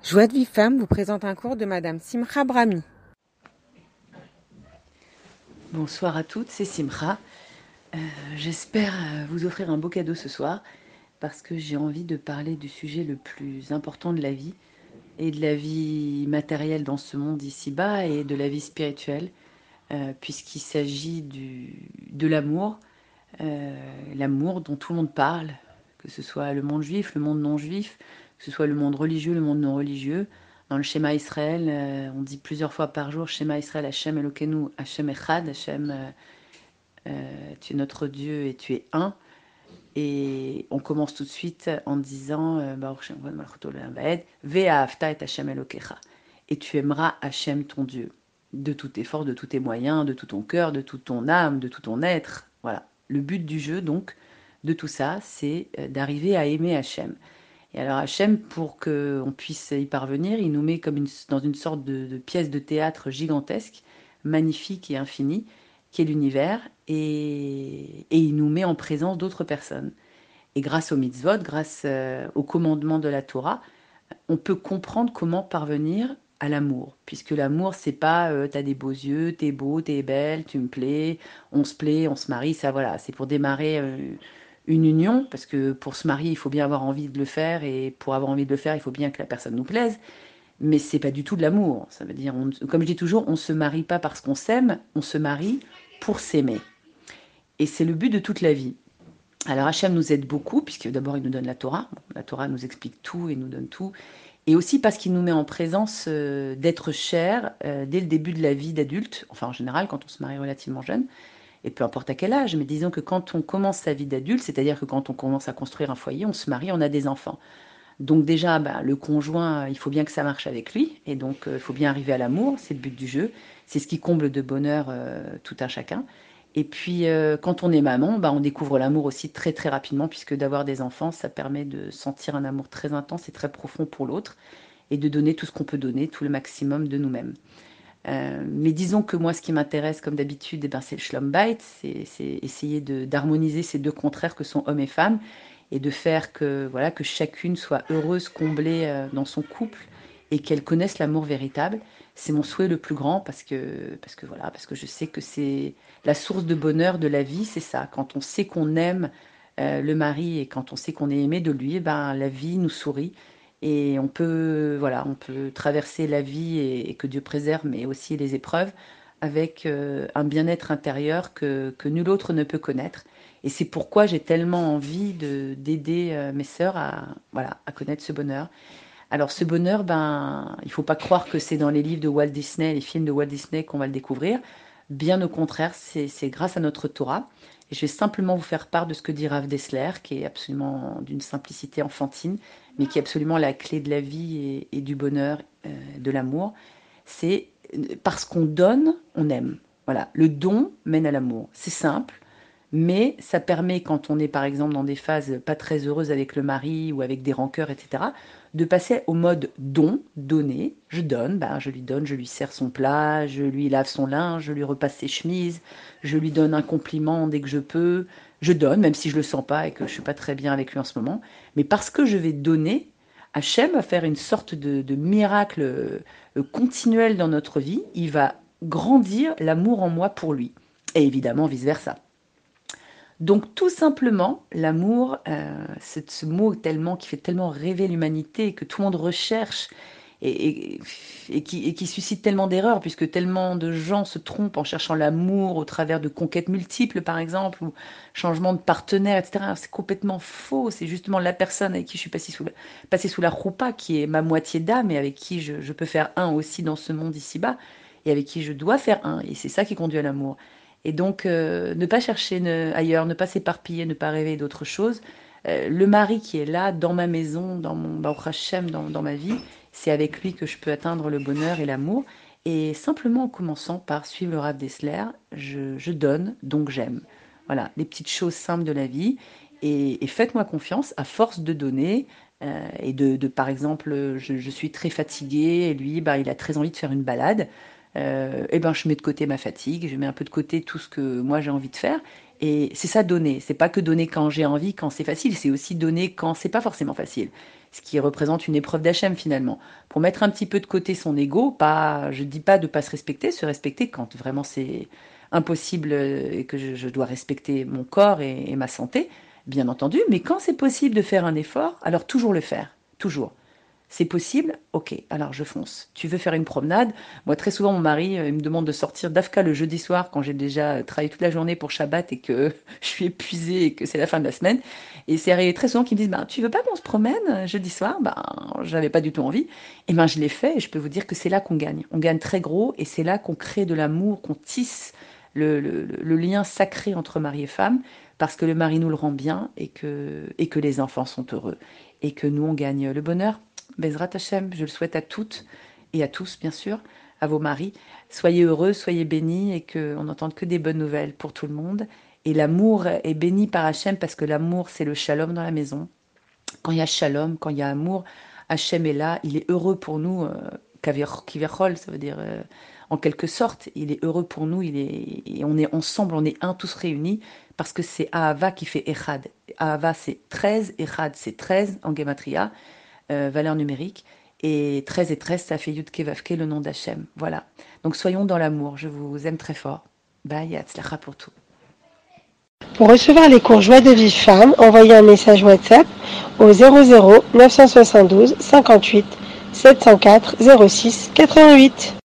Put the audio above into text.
Joie de vie femme vous présente un cours de Madame Simcha Brahmi. Bonsoir à toutes, c'est Simcha. J'espère vous offrir un beau cadeau ce soir parce que j'ai envie de parler du sujet le plus important de la vie et de la vie matérielle dans ce monde ici-bas et de la vie spirituelle puisqu'il s'agit de l'amour, l'amour dont tout le monde parle, que ce soit le monde juif, le monde non juif, que ce soit le monde religieux, le monde non religieux. Dans le schéma Israël, on dit plusieurs fois par jour, schéma Israël, Hachem Elokeinu, Hachem Echad, Hachem, tu es notre Dieu et tu es un. Et on commence tout de suite en disant Ve'ahavta et Hachem Elokecha. Et tu aimeras Hachem ton Dieu, de tout tes forces, de tous tes moyens, de tout ton cœur, de toute ton âme, de tout ton être. Voilà. Le but du jeu, donc, de tout ça, c'est d'arriver à aimer Hachem. Et alors Hachem, pour qu'on puisse y parvenir, il nous met comme dans une sorte de pièce de théâtre gigantesque, magnifique et infinie, qui est l'univers, et il nous met en présence d'autres personnes. Et grâce aux mitzvot, grâce au commandement de la Torah, on peut comprendre comment parvenir à l'amour. Puisque l'amour, c'est pas t'as des beaux yeux, t'es beau, t'es belle, tu me plais, on se marie, ça voilà, c'est pour démarrer une union, parce que pour se marier, il faut bien avoir envie de le faire, et pour avoir envie de le faire, il faut bien que la personne nous plaise. Mais c'est pas du tout de l'amour. Ça veut dire, comme je dis toujours, on se marie pas parce qu'on s'aime, on se marie pour s'aimer. Et c'est le but de toute la vie. Alors Hachem nous aide beaucoup, puisque d'abord il nous donne la Torah. Bon, la Torah nous explique tout et nous donne tout. Et aussi parce qu'il nous met en présence d'être cher dès le début de la vie d'adulte, enfin en général quand on se marie relativement jeune, et peu importe à quel âge, mais disons que quand on commence sa vie d'adulte, c'est-à-dire que quand on commence à construire un foyer, on se marie, on a des enfants. Donc déjà, le conjoint, il faut bien que ça marche avec lui, et donc il faut bien arriver à l'amour, c'est le but du jeu, c'est ce qui comble de bonheur tout un chacun. Et puis quand on est maman, on découvre l'amour aussi très très rapidement, puisque d'avoir des enfants, ça permet de sentir un amour très intense et très profond pour l'autre, et de donner tout ce qu'on peut donner, tout le maximum de nous-mêmes. Mais disons que moi, ce qui m'intéresse, comme d'habitude, c'est le shalom bayit, c'est essayer d'harmoniser ces deux contraires que sont hommes et femmes, et de faire que, voilà, que chacune soit heureuse, comblée dans son couple, et qu'elle connaisse l'amour véritable. C'est mon souhait le plus grand, parce que je sais que c'est la source de bonheur de la vie, c'est ça. Quand on sait qu'on aime le mari et quand on sait qu'on est aimé de lui, la vie nous sourit. Et on peut traverser la vie et que Dieu préserve, mais aussi les épreuves, avec un bien-être intérieur que nul autre ne peut connaître. Et c'est pourquoi j'ai tellement envie d'aider mes sœurs à connaître ce bonheur. Alors ce bonheur, il faut pas croire que c'est dans les livres de Walt Disney, les films de Walt Disney qu'on va le découvrir. Bien au contraire, c'est grâce à notre Torah. Et je vais simplement vous faire part de ce que dit Rav Dessler, qui est absolument d'une simplicité enfantine, mais qui est absolument la clé de la vie et du bonheur, de l'amour. C'est parce qu'on donne, on aime. Voilà, le don mène à l'amour. C'est simple, mais ça permet, quand on est par exemple dans des phases pas très heureuses avec le mari ou avec des rancœurs, etc., de passer au mode don, donner. Je donne, je lui sers son plat, je lui lave son linge, je lui repasse ses chemises, je lui donne un compliment dès que je peux. Je donne, même si je le sens pas et que je suis pas très bien avec lui en ce moment. Mais parce que je vais donner, Hachem va faire une sorte de miracle continuel dans notre vie. Il va grandir l'amour en moi pour lui. Et évidemment, vice-versa. Donc tout simplement, l'amour, c'est ce mot tellement qui fait tellement rêver l'humanité, que tout le monde recherche et, et- et qui suscite tellement d'erreurs, puisque tellement de gens se trompent en cherchant l'amour au travers de conquêtes multiples, par exemple, ou changement de partenaire, etc. C'est complètement faux. C'est justement la personne avec qui je suis passée sous la roupa, qui est ma moitié d'âme et avec qui je peux faire un aussi dans ce monde ici-bas, et avec qui je dois faire un. Et c'est ça qui conduit à l'amour. Et donc, ne pas chercher ailleurs, ne pas s'éparpiller, ne pas rêver d'autre chose. Le mari qui est là, dans ma maison, dans mon Baruch Hashem, dans ma vie, c'est avec lui que je peux atteindre le bonheur et l'amour. Et simplement en commençant par suivre le Rav Dessler, je donne, donc j'aime. Voilà, les petites choses simples de la vie. Et faites-moi confiance, à force de donner, et par exemple, je suis très fatiguée, et lui, il a très envie de faire une balade. Je mets de côté ma fatigue, je mets un peu de côté tout ce que moi j'ai envie de faire, Et c'est ça donner. C'est pas que donner quand j'ai envie, quand c'est facile, c'est aussi donner quand c'est pas forcément facile. Ce qui représente une épreuve d'Hachem finalement. Pour mettre un petit peu de côté son ego, pas, je dis pas de pas se respecter quand vraiment c'est impossible et que je dois respecter mon corps et ma santé, bien entendu. Mais quand c'est possible de faire un effort, alors toujours le faire, toujours. C'est possible? Ok, alors je fonce. Tu veux faire une promenade? Moi, très souvent, mon mari, il me demande de sortir d'Afka le jeudi soir quand j'ai déjà travaillé toute la journée pour Shabbat et que je suis épuisée et que c'est la fin de la semaine. Et c'est arrivé très souvent qu'ils me disent, ben, tu veux pas qu'on se promène jeudi soir? Ben, j'avais pas du tout envie. Et ben, je l'ai fait et je peux vous dire que c'est là qu'on gagne. On gagne très gros et c'est là qu'on crée de l'amour, qu'on tisse le lien sacré entre mari et femme parce que le mari nous le rend bien et que les enfants sont heureux et que nous, on gagne le bonheur. Bezrat Hashem, je le souhaite à toutes et à tous, bien sûr, à vos maris. Soyez heureux, soyez bénis et qu'on n'entende que des bonnes nouvelles pour tout le monde. Et l'amour est béni par Hachem parce que l'amour, c'est le shalom dans la maison. Quand il y a shalom, quand il y a amour, Hachem est là, il est heureux pour nous. Kiverchol, ça veut dire en quelque sorte, il est heureux pour nous, et on est ensemble, on est un, tous réunis, parce que c'est Ahava qui fait Echad. Ahava, c'est 13, Echad, c'est 13 en Gematria, valeur numérique. Et 13 et 13, ça fait Yudke Vavke, le nom d'Hachem. Voilà. Donc soyons dans l'amour. Je vous aime très fort. Bye, Yatzlacha pour tout. Pour recevoir les cours Joie de Vive Femme, envoyez un message WhatsApp au 00 972 58 704 06 88.